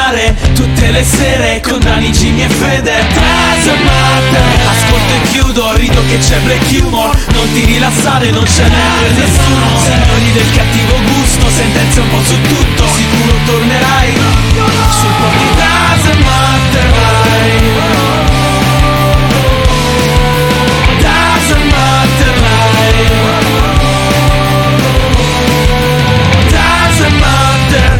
mare tutte le sere con Dani, Jimmy e Fede. Doesn't matter. Ascolto e chiudo, rido che c'è black humor. Non ti rilassare, non ce n'è per nessuno. Signori del cattivo gusto, sentenze un po' su tutto. Sicuro tornerai sul po' di Doesn't matter. Doesn't matter. Doesn't matter.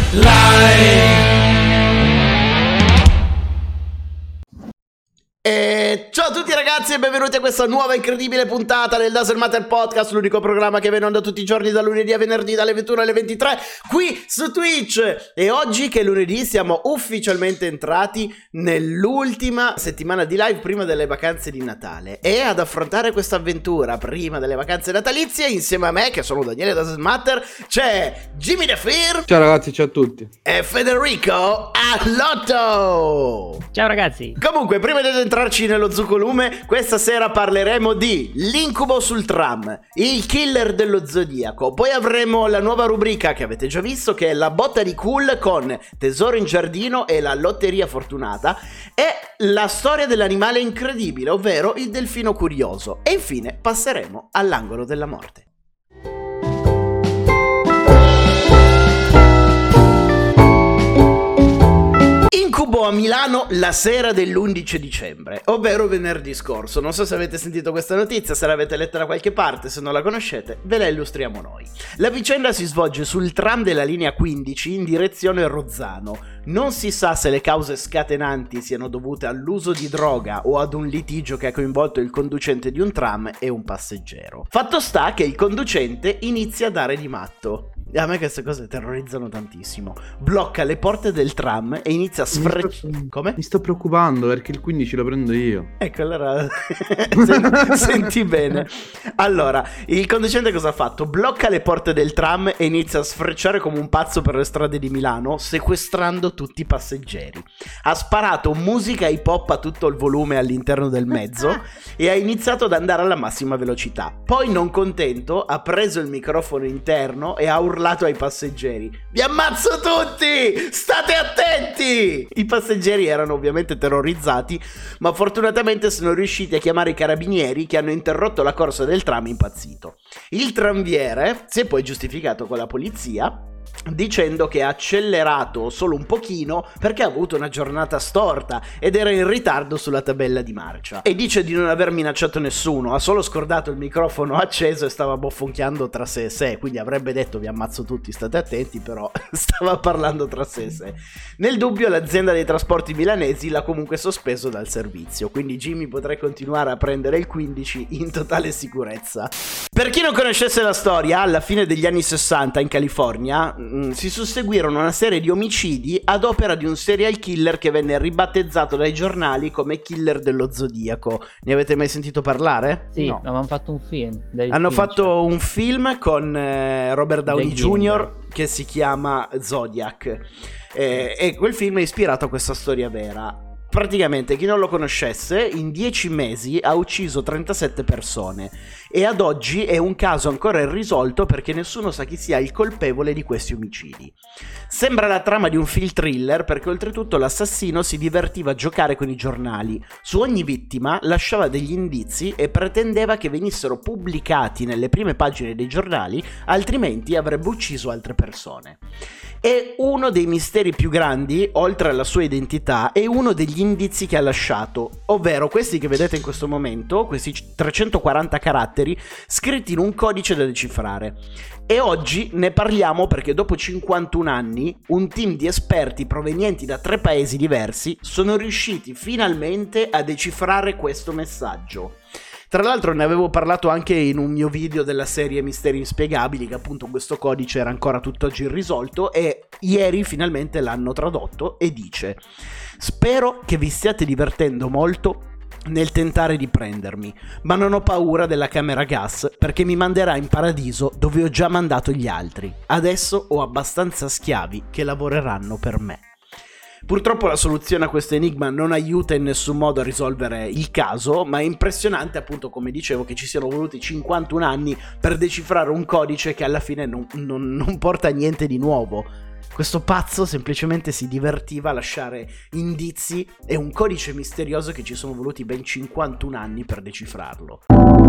Ciao a tutti ragazzi e benvenuti a questa nuova incredibile puntata del Doesn't Matter Podcast, l'unico programma che viene onda tutti i giorni da lunedì a venerdì dalle 21 alle 23 qui su Twitch. E oggi che è lunedì siamo ufficialmente entrati nell'ultima settimana di live prima delle vacanze di Natale, e ad affrontare questa avventura prima delle vacanze natalizie insieme a me, che sono Daniele Doesn't Matter, c'è Jimmy The Fear. Ciao ragazzi, ciao a tutti. E Federico Allotto. Ciao ragazzi. Comunque, prima di entrarci nello zuccolume, questa sera parleremo di l'incubo sul tram, il killer dello zodiaco, poi avremo la nuova rubrica che avete già visto, che è la botta di cool con tesoro in giardino e la lotteria fortunata, e la storia dell'animale incredibile, ovvero il delfino curioso, e infine passeremo all'angolo della morte. Incubo a Milano la sera dell'11 dicembre, ovvero venerdì scorso. Non so se avete sentito questa notizia, se l'avete letta da qualche parte, se non la conoscete ve la illustriamo noi. La vicenda si svolge sul tram della linea 15 in direzione Rozzano. Non si sa se le cause scatenanti siano dovute all'uso di droga o ad un litigio che ha coinvolto il conducente di un tram e un passeggero. Fatto sta che il conducente inizia a dare di matto. A me queste cose terrorizzano tantissimo. Blocca le porte del tram e inizia a Come? Mi sto preoccupando perché il 15 lo prendo io. Ecco, allora senti bene. Allora, il conducente cosa ha fatto? Blocca le porte del tram e inizia a sfrecciare come un pazzo per le strade di Milano, sequestrando tutti i passeggeri. Ha sparato musica hip hop a tutto il volume all'interno del mezzo e ha iniziato ad andare alla massima velocità. Poi, non contento, ha preso il microfono interno e ha urlato ai passeggeri: vi ammazzo tutti! State attenti! I passeggeri erano ovviamente terrorizzati, ma fortunatamente sono riusciti a chiamare i carabinieri, che hanno interrotto la corsa del tram impazzito. Il tranviere si è poi giustificato con la polizia dicendo che ha accelerato solo un pochino perché ha avuto una giornata storta ed era in ritardo sulla tabella di marcia, e dice di non aver minacciato nessuno, ha solo scordato il microfono acceso e stava bofonchiando tra sé e sé, quindi avrebbe detto vi ammazzo tutti, state attenti, però stava parlando tra sé e sé. Nel dubbio l'azienda dei trasporti milanesi l'ha comunque sospeso dal servizio, quindi Jimmy potrai continuare a prendere il 15 in totale sicurezza. Per chi non conoscesse la storia, alla fine degli anni 60 in California si susseguirono una serie di omicidi ad opera di un serial killer che venne ribattezzato dai giornali come killer dello zodiaco. Ne avete mai sentito parlare? Sì, no. Hanno fatto un film. Hanno fatto un film con Robert Downey Jr. che si chiama Zodiac, e quel film è ispirato a questa storia vera. Praticamente, chi non lo conoscesse, in 10 mesi ha ucciso 37 persone e ad oggi è un caso ancora irrisolto perché nessuno sa chi sia il colpevole di questi omicidi. Sembra la trama di un film thriller perché oltretutto l'assassino si divertiva a giocare con i giornali. Su ogni vittima lasciava degli indizi e pretendeva che venissero pubblicati nelle prime pagine dei giornali, altrimenti avrebbe ucciso altre persone. E uno dei misteri più grandi, oltre alla sua identità, è uno degli indizi che ha lasciato, ovvero questi che vedete in questo momento, questi 340 caratteri scritti in un codice da decifrare. E oggi ne parliamo perché dopo 51 anni un team di esperti provenienti da 3 paesi diversi sono riusciti finalmente a decifrare questo messaggio. Tra l'altro ne avevo parlato anche in un mio video della serie Misteri Inspiegabili, che appunto questo codice era ancora tutt'oggi irrisolto, e ieri finalmente l'hanno tradotto e dice: spero che vi stiate divertendo molto nel tentare di prendermi, ma non ho paura della camera gas perché mi manderà in paradiso dove ho già mandato gli altri. Adesso ho abbastanza schiavi che lavoreranno per me. Purtroppo la soluzione a questo enigma non aiuta in nessun modo a risolvere il caso, ma è impressionante, appunto, come dicevo, che ci siano voluti 51 anni per decifrare un codice che alla fine non porta niente di nuovo. Questo pazzo semplicemente si divertiva a lasciare indizi e un codice misterioso che ci sono voluti ben 51 anni per decifrarlo.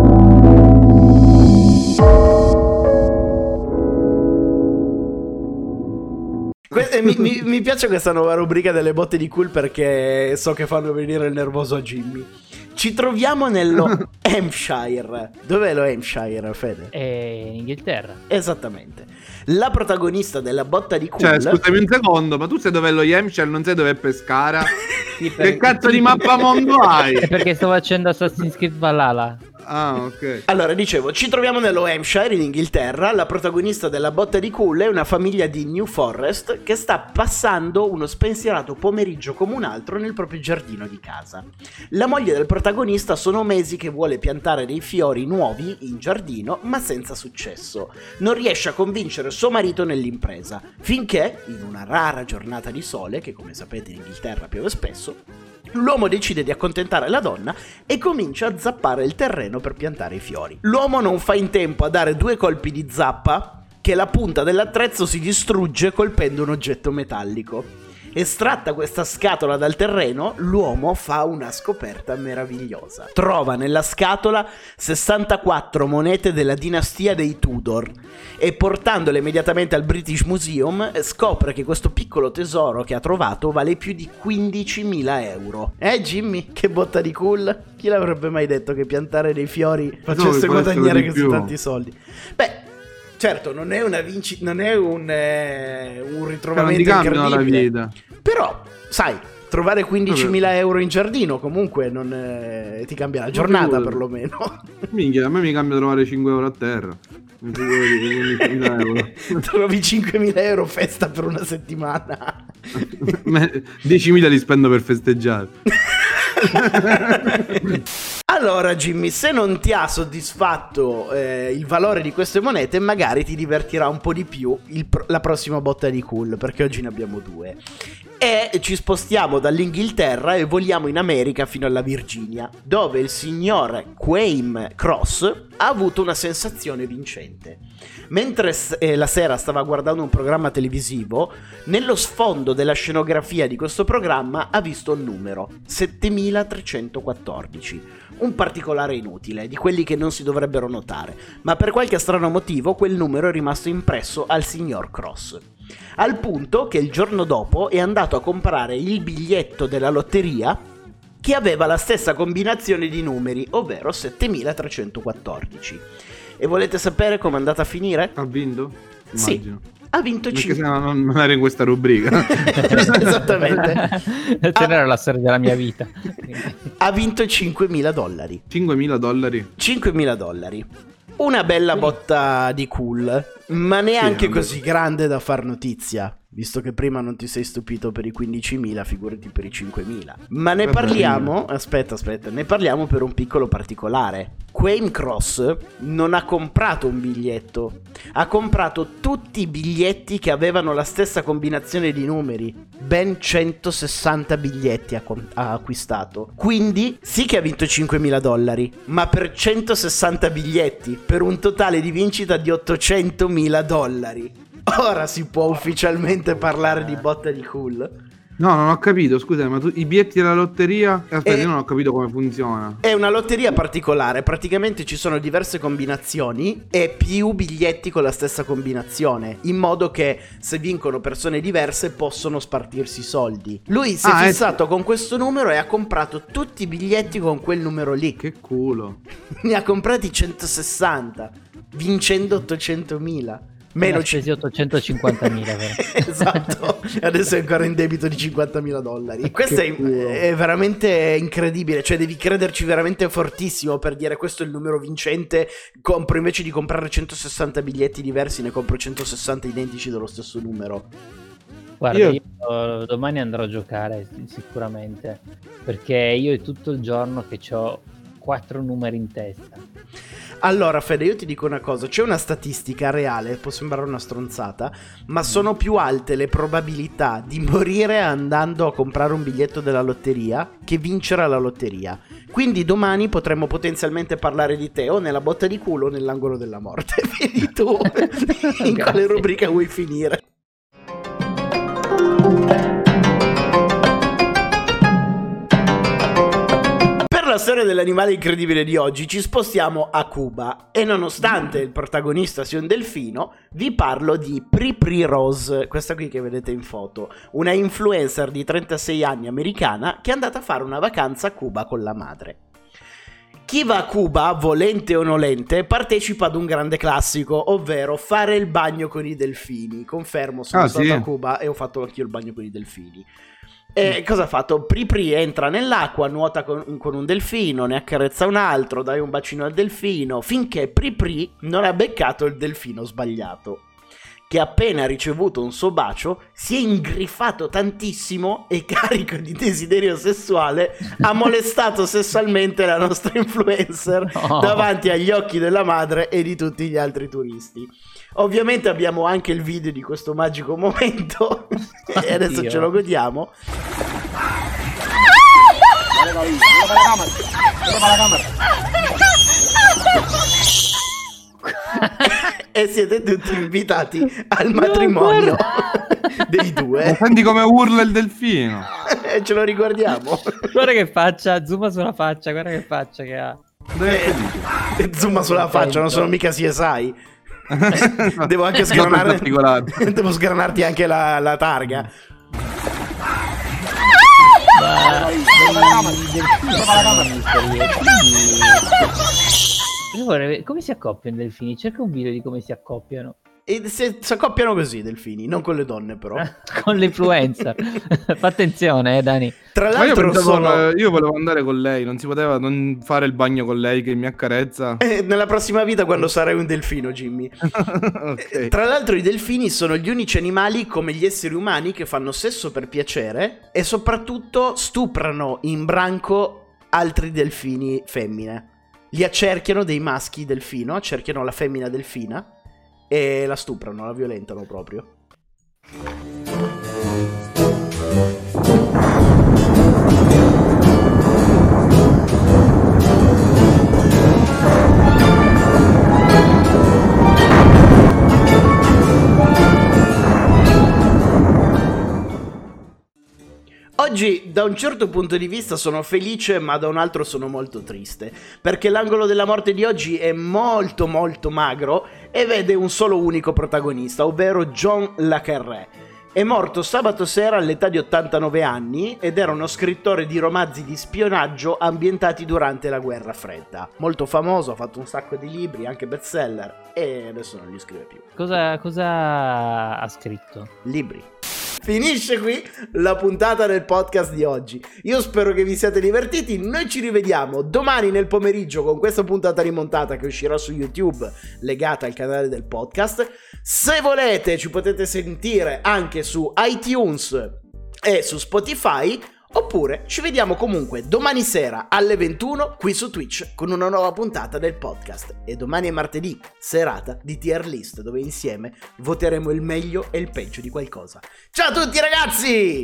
Mi piace questa nuova rubrica delle botte di cool perché so che fanno venire il nervoso a Jimmy. Ci troviamo nello Hampshire. Dov'è lo Hampshire, Fede? È in Inghilterra. Esattamente. La protagonista della botta di cool... Cioè, scusami un secondo, ma tu sai dov'è lo Hampshire, non sai dov'è Pescara? Sì, Che cazzo di mappamondo hai? È perché sto facendo Assassin's Creed Valhalla. Ah, ok. Allora, dicevo, ci troviamo nello Hampshire, in Inghilterra. La protagonista della botta di cool è una famiglia di New Forest che sta passando uno spensierato pomeriggio come un altro nel proprio giardino di casa. La moglie del protagonista sono mesi che vuole piantare dei fiori nuovi in giardino, ma senza successo. Non riesce a convincere suo marito nell'impresa, finché, in una rara giornata di sole, che come sapete in Inghilterra piove spesso, l'uomo decide di accontentare la donna e comincia a zappare il terreno per piantare i fiori. L'uomo non fa in tempo a dare 2 colpi di zappa che la punta dell'attrezzo si distrugge colpendo un oggetto metallico. Estratta questa scatola dal terreno, l'uomo fa una scoperta meravigliosa. Trova nella scatola 64 monete della dinastia dei Tudor e portandole immediatamente al British Museum scopre che questo piccolo tesoro che ha trovato vale più di 15.000 euro. Jimmy, che botta di cool? Chi l'avrebbe mai detto che piantare dei fiori facesse guadagnare così tanti soldi? Beh, certo, non è una non è un ritrovamento incredibile. La vita. Però, sai, trovare 15.000 euro in giardino comunque non ti cambia la giornata perlomeno. Minchia, a me mi cambia trovare 5 euro a terra. 15.000 euro. Trovi 5.000 euro festa per una settimana. 10.000 li spendo per festeggiare. Allora Jimmy, se non ti ha soddisfatto il valore di queste monete, magari ti divertirà un po' di più la prossima botta di cool, perché oggi ne abbiamo 2. E ci spostiamo dall'Inghilterra e voliamo in America fino alla Virginia, dove il signor Quaim Cross ha avuto una sensazione vincente. Mentre la sera stava guardando un programma televisivo, nello sfondo della scenografia di questo programma ha visto un numero, 7314. Un particolare inutile, di quelli che non si dovrebbero notare, ma per qualche strano motivo quel numero è rimasto impresso al signor Cross. Al punto che il giorno dopo è andato a comprare il biglietto della lotteria che aveva la stessa combinazione di numeri, ovvero 7314. E volete sapere com'è andata a finire? Ha vinto? Sì, Immagino. ha vinto 5. Perché se no non era in questa rubrica. Esattamente. C'era la storia della mia vita. Ha vinto $5.000. $5.000? $5.000. Una bella botta di cool, ma neanche sì, così grande da far notizia, visto che prima non ti sei stupito per i 15.000, figurati per i 5.000. Ma ne parliamo, aspetta, ne parliamo per un piccolo particolare. Quaim Cross non ha comprato un biglietto, ha comprato tutti i biglietti che avevano la stessa combinazione di numeri, ben 160 biglietti ha acquistato. Quindi sì che ha vinto $5.000, ma per 160 biglietti, per un totale di vincita di $800.000. Ora si può ufficialmente parlare di botta di cool. No, non ho capito, scusa, ma tu i biglietti della lotteria? Aspetta, io non ho capito come funziona. È una lotteria particolare, praticamente ci sono diverse combinazioni e più biglietti con la stessa combinazione, in modo che se vincono persone diverse possono spartirsi i soldi. Lui si è fissato con questo numero e ha comprato tutti i biglietti con quel numero lì. Che culo. Ne ha comprati 160, vincendo 800.000. Meno spesi 850.000, vero? Esatto. Adesso è ancora in debito di $50.000. Questo è veramente incredibile. Cioè devi crederci veramente fortissimo per dire questo è il numero vincente. Compro, invece di comprare 160 biglietti diversi, ne compro 160 identici dello stesso numero. Guarda, io domani andrò a giocare sicuramente, perché io è tutto il giorno che ho 4 numeri in testa. Allora Fede, io ti dico una cosa, c'è una statistica reale, può sembrare una stronzata, ma sono più alte le probabilità di morire andando a comprare un biglietto della lotteria che vincere alla lotteria. Quindi domani potremmo potenzialmente parlare di te o nella botta di culo o nell'angolo della morte. Vedi tu in quale rubrica vuoi finire. Nella storia dell'animale incredibile di oggi ci spostiamo a Cuba e nonostante il protagonista sia un delfino, vi parlo di Pri Rose, questa qui che vedete in foto, una influencer di 36 anni americana che è andata a fare una vacanza a Cuba con la madre. Chi va a Cuba, volente o nolente, partecipa ad un grande classico, ovvero fare il bagno con i delfini. Confermo, sono stato a Cuba e ho fatto anch'io il bagno con i delfini. E cosa ha fatto? Pri entra nell'acqua, nuota con un delfino, ne accarezza un altro, dai un bacino al delfino, finché Pri non ha beccato il delfino sbagliato, che appena ricevuto un suo bacio si è ingriffato tantissimo e carico di desiderio sessuale ha molestato sessualmente la nostra influencer davanti agli occhi della madre e di tutti gli altri turisti. Ovviamente abbiamo anche il video di questo magico momento e adesso ce lo godiamo. E siete tutti invitati al matrimonio dei due. Ma senti come urla il delfino. Ce lo riguardiamo. Guarda che faccia, zooma sulla faccia, guarda che faccia che ha. Zooma sulla faccia, non sono mica CSI. Devo anche sgranare. Devo sgranarti anche la targa. Io vorrei... Come si accoppiano i delfini? Cerca un video di come si accoppiano. E si accoppiano così i delfini, non con le donne però. Con l'influencer. Fa attenzione, Dani. Tra l'altro io volevo andare con lei, non si poteva non fare il bagno con lei che mi accarezza? Nella prossima vita quando sarai un delfino, Jimmy. Okay. Tra l'altro i delfini sono gli unici animali come gli esseri umani che fanno sesso per piacere e soprattutto stuprano in branco altri delfini femmine. Li accerchiano dei maschi delfino, accerchiano la femmina delfina e la stuprano, la violentano proprio. Oggi da un certo punto di vista sono felice, ma da un altro sono molto triste, perché l'angolo della morte di oggi è molto magro e vede un solo unico protagonista, ovvero John le Carré. È morto sabato sera all'età di 89 anni ed era uno scrittore di romanzi di spionaggio ambientati durante la guerra fredda. Molto famoso, ha fatto un sacco di libri, anche bestseller, e adesso non li scrive più. Cosa ha scritto? Libri. Finisce qui la puntata del podcast di oggi. Io spero che vi siate divertiti. Noi ci rivediamo domani nel pomeriggio con questa puntata rimontata che uscirà su YouTube legata al canale del podcast. Se volete ci potete sentire anche su iTunes e su Spotify. Oppure ci vediamo comunque domani sera alle 21 qui su Twitch con una nuova puntata del podcast. E domani è martedì, serata di tier list, dove insieme voteremo il meglio e il peggio di qualcosa. Ciao a tutti ragazzi!